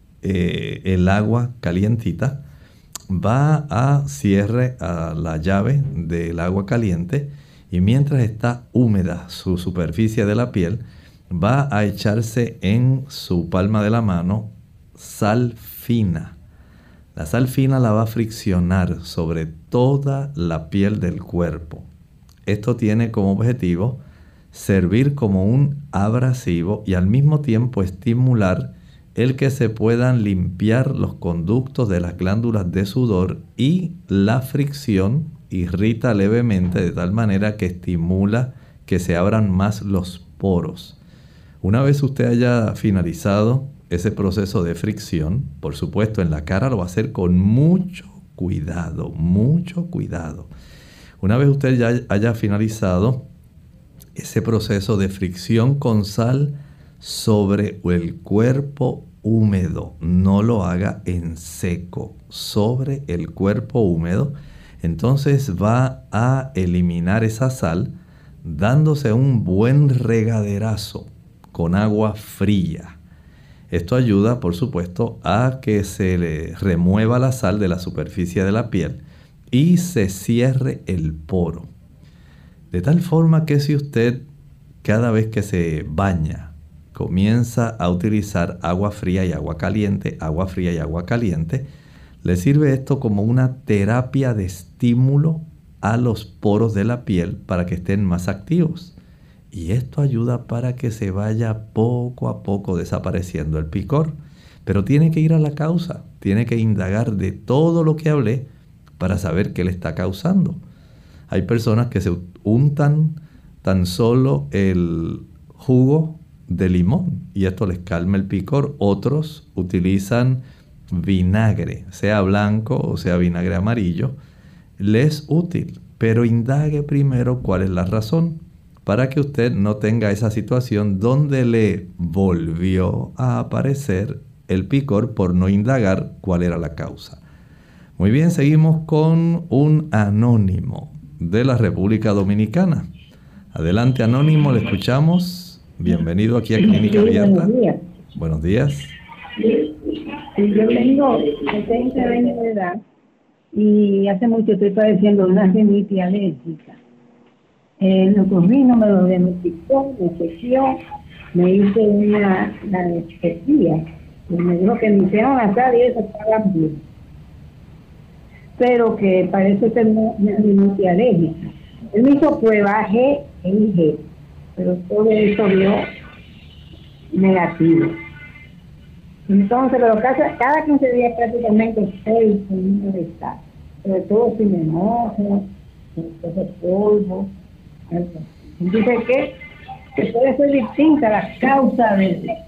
el agua calientita, va a cierre a la llave del agua caliente. Y mientras está húmeda su superficie de la piel, va a echarse en su palma de la mano sal fina. La sal fina la va a friccionar sobre toda la piel del cuerpo. Esto tiene como objetivo servir como un abrasivo y al mismo tiempo estimular el que se puedan limpiar los conductos de las glándulas de sudor, y la fricción irrita levemente de tal manera que estimula que se abran más los poros. Una vez usted haya finalizado ese proceso de fricción, por supuesto en la cara lo va a hacer con mucho cuidado, mucho cuidado. Una vez usted ya haya finalizado ese proceso de fricción con sal sobre el cuerpo húmedo, no lo haga en seco, sobre el cuerpo húmedo, entonces va a eliminar esa sal dándose un buen regaderazo con agua fría. Esto ayuda, por supuesto, a que se le remueva la sal de la superficie de la piel y se cierre el poro. De tal forma que si usted cada vez que se baña comienza a utilizar agua fría y agua caliente, le sirve esto como una terapia de estímulo a los poros de la piel para que estén más activos. Y esto ayuda para que se vaya poco a poco desapareciendo el picor. Pero tiene que ir a la causa, tiene que indagar de todo lo que hablé para saber qué le está causando. Hay personas que se untan tan solo el jugo de limón y esto les calma el picor. Otros utilizan vinagre, sea blanco o sea vinagre amarillo. Les es útil, pero indague primero cuál es la razón para que usted no tenga esa situación donde le volvió a aparecer el picor por no indagar cuál era la causa. Muy bien, seguimos con un anónimo de la República Dominicana. Adelante, anónimo, le escuchamos. Bienvenido aquí a Clínica Abierta. Buenos días. Yo tengo 70 años de edad y hace mucho estoy padeciendo una rinitis alérgica. El otorrino me lo diagnosticó, me chequeó, me hice una anestesia y me dijo que me hicieron nasal y eso estaba bien. Pero que parece que no es rinitis alérgica. Él me hizo pruebas G e IG, pero todo eso dio negativo. Entonces, pero cada 15 días prácticamente estoy con un malestar, sobre todo si me enojo, entonces polvo, algo. Dice que puede ser distinta la causa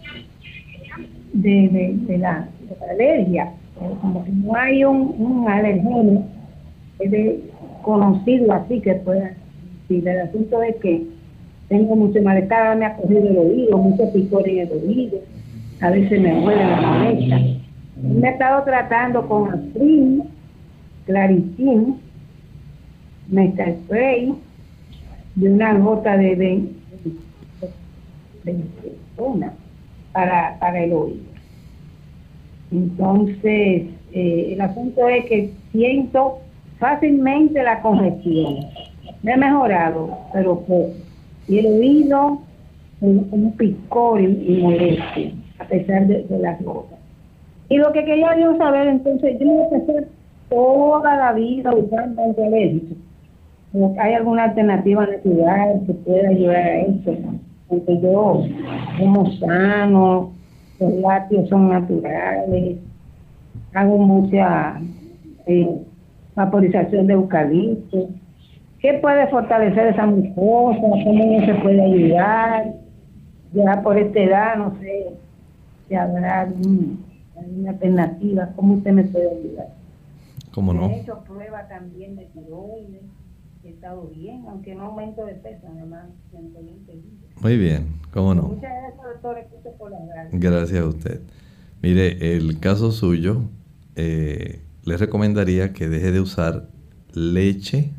de la alergia, como que no hay un alergeno conocido así que pueda decir. El asunto es que tengo mucho malestar, me ha cogido el oído, mucho picor en el oído, a veces me duele la cabeza. Me he estado tratando con Aspirin, Claritin, Metaspray, de una gota de una para el oído. Entonces, el asunto es que siento fácilmente la congestión. Me ha mejorado, pero poco. Y el oído, un picor y molestia, a pesar de las gotas. Y lo que quería yo saber, entonces, yo me voy a hacer toda la vida usando antialérgicos. ¿Hay alguna alternativa natural que pueda ayudar a eso? Porque yo como sano, los lácteos son naturales, hago mucha vaporización de eucalipto. ¿Qué puede fortalecer esa mucosa? ¿Cómo se puede ayudar? Ya por esta edad, no sé si habrá alguna alternativa. ¿Cómo usted me puede ayudar? ¿Cómo no? He hecho pruebas también de tiroides. He estado bien, aunque no aumento de peso, además. Muy bien, ¿cómo no? Muchas gracias, doctor. Escucho por la radio. Gracias a usted. Mire, el caso suyo, le recomendaría que deje de usar leche,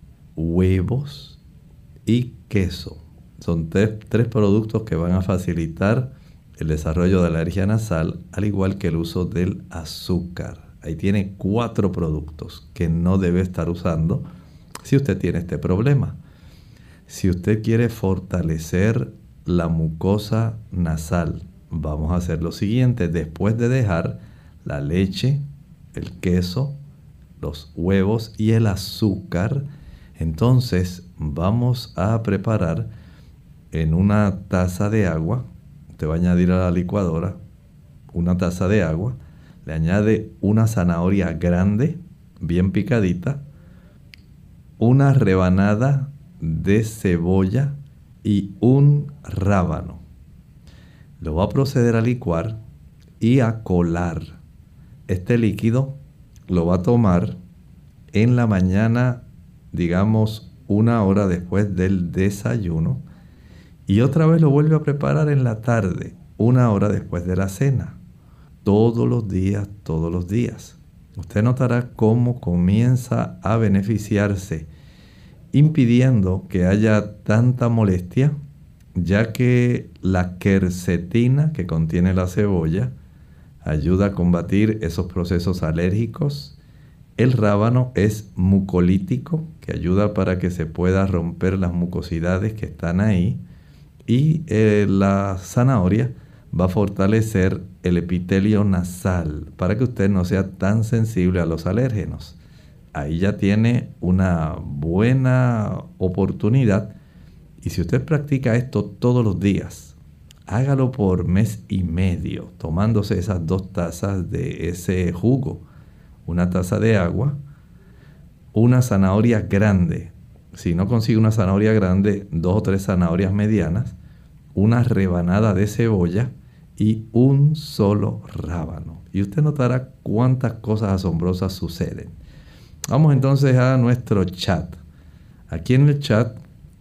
huevos y queso. Son tres productos que van a facilitar el desarrollo de la alergia nasal, al igual que el uso del azúcar. Ahí tiene 4 productos que no debe estar usando si usted tiene este problema. Si usted quiere fortalecer la mucosa nasal, vamos a hacer lo siguiente. Después de dejar la leche, el queso, los huevos y el azúcar, entonces vamos a preparar en una taza de agua. Usted va a añadir a la licuadora una taza de agua. Le añade una zanahoria grande, bien picadita, una rebanada de cebolla y un rábano. Lo va a proceder a licuar y a colar. Este líquido lo va a tomar en la mañana, digamos 1 hora después del desayuno, y otra vez lo vuelve a preparar en la tarde, 1 hora después de la cena. Todos los días, todos los días. Usted notará cómo comienza a beneficiarse, impidiendo que haya tanta molestia ya que la quercetina que contiene la cebolla ayuda a combatir esos procesos alérgicos. El rábano es mucolítico, que ayuda para que se pueda romper las mucosidades que están ahí. Y la zanahoria va a fortalecer el epitelio nasal para que usted no sea tan sensible a los alérgenos. Ahí ya tiene una buena oportunidad. Y si usted practica esto todos los días, hágalo por mes y medio, tomándose esas 2 tazas de ese jugo. Una taza de agua, una zanahoria grande. Si no consigue una zanahoria grande, 2 o 3 zanahorias medianas, una rebanada de cebolla y un solo rábano. Y usted notará cuántas cosas asombrosas suceden. Vamos entonces a nuestro chat. Aquí en el chat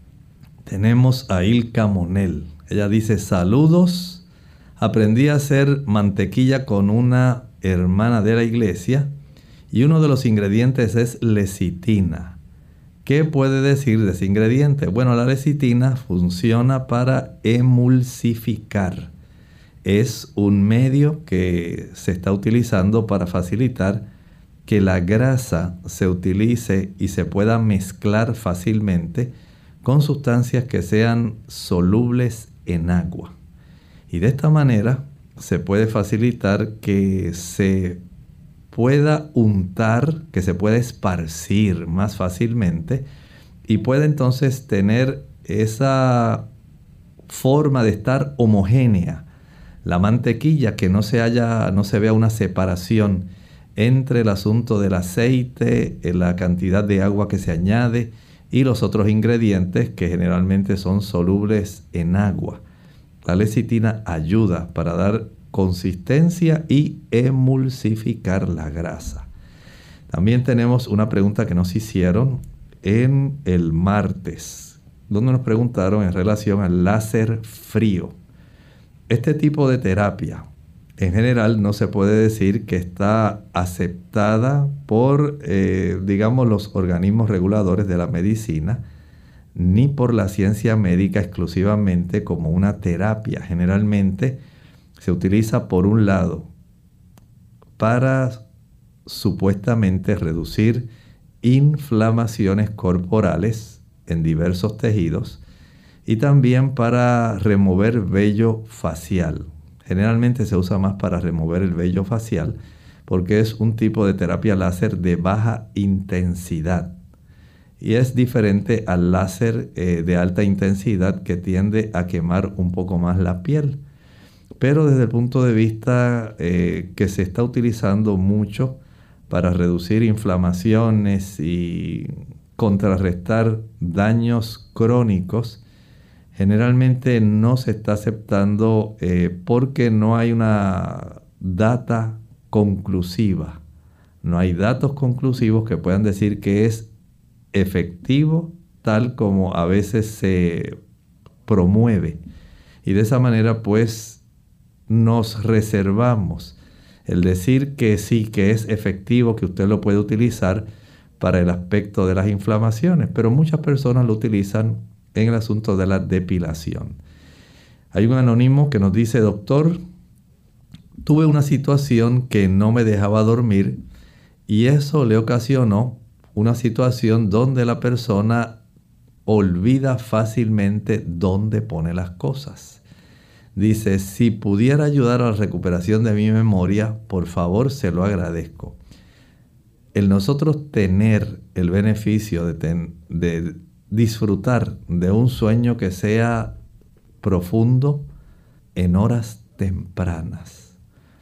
tenemos a Ilka Monel. Ella dice: saludos, aprendí a hacer mantequilla con una hermana de la iglesia y uno de los ingredientes es lecitina. ¿Qué puede decir de ese ingrediente? Bueno, la lecitina funciona para emulsificar. Es un medio que se está utilizando para facilitar que la grasa se utilice y se pueda mezclar fácilmente con sustancias que sean solubles en agua. Y de esta manera se puede facilitar que se pueda untar, que se pueda esparcir más fácilmente y puede entonces tener esa forma de estar homogénea. La mantequilla, que no se vea una separación entre el asunto del aceite, la cantidad de agua que se añade y los otros ingredientes que generalmente son solubles en agua. La lecitina ayuda para dar consistencia y emulsificar la grasa. También tenemos una pregunta que nos hicieron en el martes, donde nos preguntaron en relación al láser frío. Este tipo de terapia en general no se puede decir que está aceptada por, los organismos reguladores de la medicina, ni por la ciencia médica exclusivamente como una terapia. Generalmente se utiliza, por un lado, para supuestamente reducir inflamaciones corporales en diversos tejidos y también para remover vello facial. Generalmente se usa más para remover el vello facial porque es un tipo de terapia láser de baja intensidad. Y es diferente al láser de alta intensidad que tiende a quemar un poco más la piel. Pero desde el punto de vista que se está utilizando mucho para reducir inflamaciones y contrarrestar daños crónicos, generalmente no se está aceptando porque no hay una data conclusiva. No hay datos conclusivos que puedan decir que es efectivo tal como a veces se promueve. Y de esa manera pues nos reservamos el decir que sí, que es efectivo, que usted lo puede utilizar para el aspecto de las inflamaciones. Pero muchas personas lo utilizan en el asunto de la depilación. Hay un anónimo que nos dice: doctor, tuve una situación que no me dejaba dormir y eso le ocasionó una situación donde la persona olvida fácilmente dónde pone las cosas. Dice: si pudiera ayudar a la recuperación de mi memoria, por favor, se lo agradezco. El nosotros tener el beneficio de disfrutar de un sueño que sea profundo en horas tempranas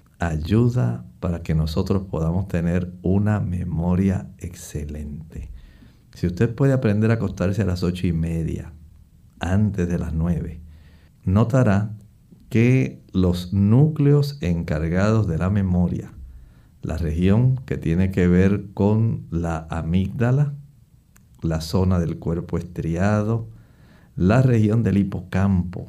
ayuda para que nosotros podamos tener una memoria excelente. Si usted puede aprender a acostarse a las 8:30, antes de las 9, notará que los núcleos encargados de la memoria, la región que tiene que ver con la amígdala, la zona del cuerpo estriado, la región del hipocampo,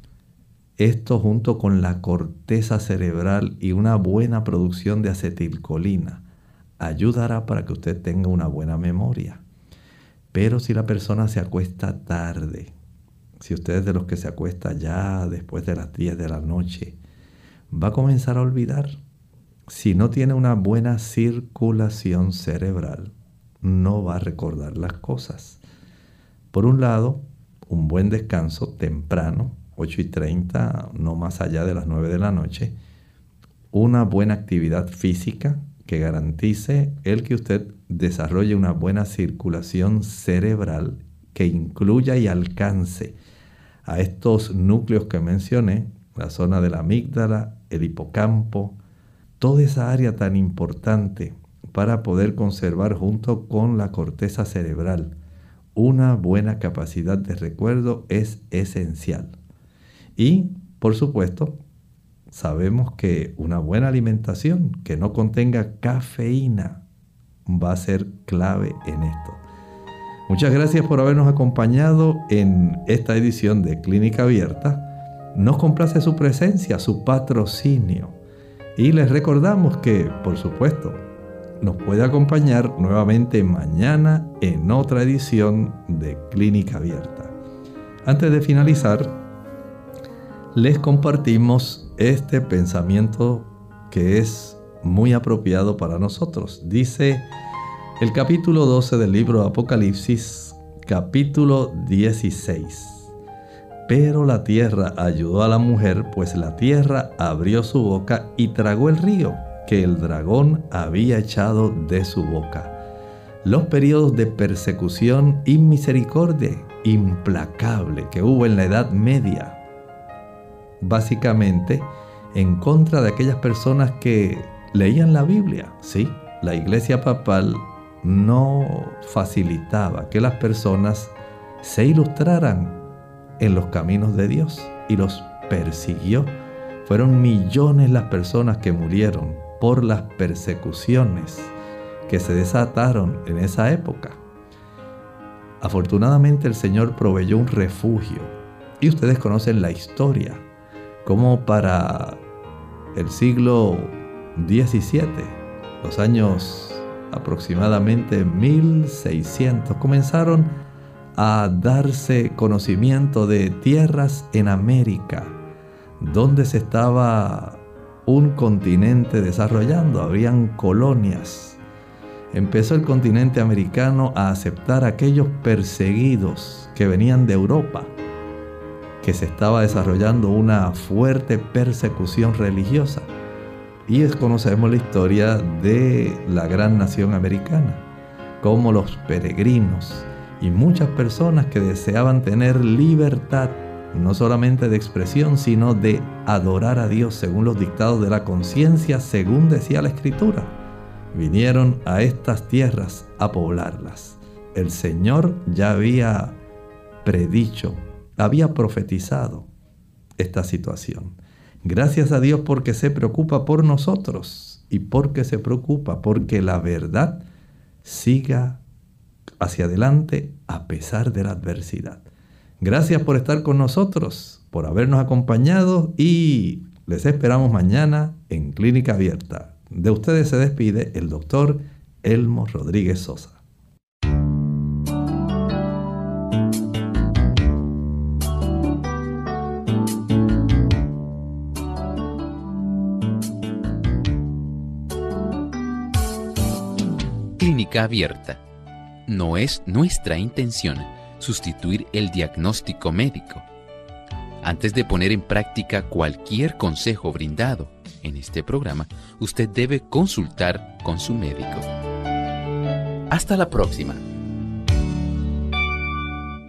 esto junto con la corteza cerebral y una buena producción de acetilcolina ayudará para que usted tenga una buena memoria. Pero si la persona se acuesta tarde, si usted es de los que se acuesta ya después de las 10 de la noche, va a comenzar a olvidar. Si no tiene una buena circulación cerebral, no va a recordar las cosas. Por un lado, un buen descanso temprano, 8:30, no más allá de las 9 de la noche. Una buena actividad física que garantice el que usted desarrolle una buena circulación cerebral que incluya y alcance a estos núcleos que mencioné, la zona de la amígdala, el hipocampo, toda esa área tan importante para poder conservar junto con la corteza cerebral una buena capacidad de recuerdo es esencial. Y, por supuesto, sabemos que una buena alimentación que no contenga cafeína va a ser clave en esto. Muchas gracias por habernos acompañado en esta edición de Clínica Abierta. Nos complace su presencia, su patrocinio. Y les recordamos que, por supuesto, nos puede acompañar nuevamente mañana en otra edición de Clínica Abierta. Antes de finalizar, les compartimos este pensamiento que es muy apropiado para nosotros. Dice el capítulo 12 del libro de Apocalipsis, capítulo 16. Pero la tierra ayudó a la mujer, pues la tierra abrió su boca y tragó el río que el dragón había echado de su boca. Los periodos de persecución y misericordia implacable que hubo en la Edad Media, básicamente en contra de aquellas personas que leían la Biblia. Sí, la Iglesia Papal no facilitaba que las personas se ilustraran en los caminos de Dios y los persiguió. Fueron millones las personas que murieron por las persecuciones que se desataron en esa época. Afortunadamente el Señor proveyó un refugio y ustedes conocen la historia, como para el siglo XVII, los años aproximadamente 1600, comenzaron a darse conocimiento de tierras en América, donde se estaba un continente desarrollando, habían colonias. Empezó el continente americano a aceptar a aquellos perseguidos que venían de Europa, que se estaba desarrollando una fuerte persecución religiosa. Y conocemos la historia de la gran nación americana, como los peregrinos y muchas personas que deseaban tener libertad, no solamente de expresión, sino de adorar a Dios según los dictados de la conciencia, según decía la Escritura. Vinieron a estas tierras a poblarlas. El Señor ya había predicho, había profetizado esta situación. Gracias a Dios porque se preocupa por nosotros y porque se preocupa porque la verdad siga hacia adelante a pesar de la adversidad. Gracias por estar con nosotros, por habernos acompañado y les esperamos mañana en Clínica Abierta. De ustedes se despide el doctor Elmo Rodríguez Sosa. Clínica Abierta. No es nuestra intención sustituir el diagnóstico médico. Antes de poner en práctica cualquier consejo brindado en este programa, usted debe consultar con su médico. Hasta la próxima.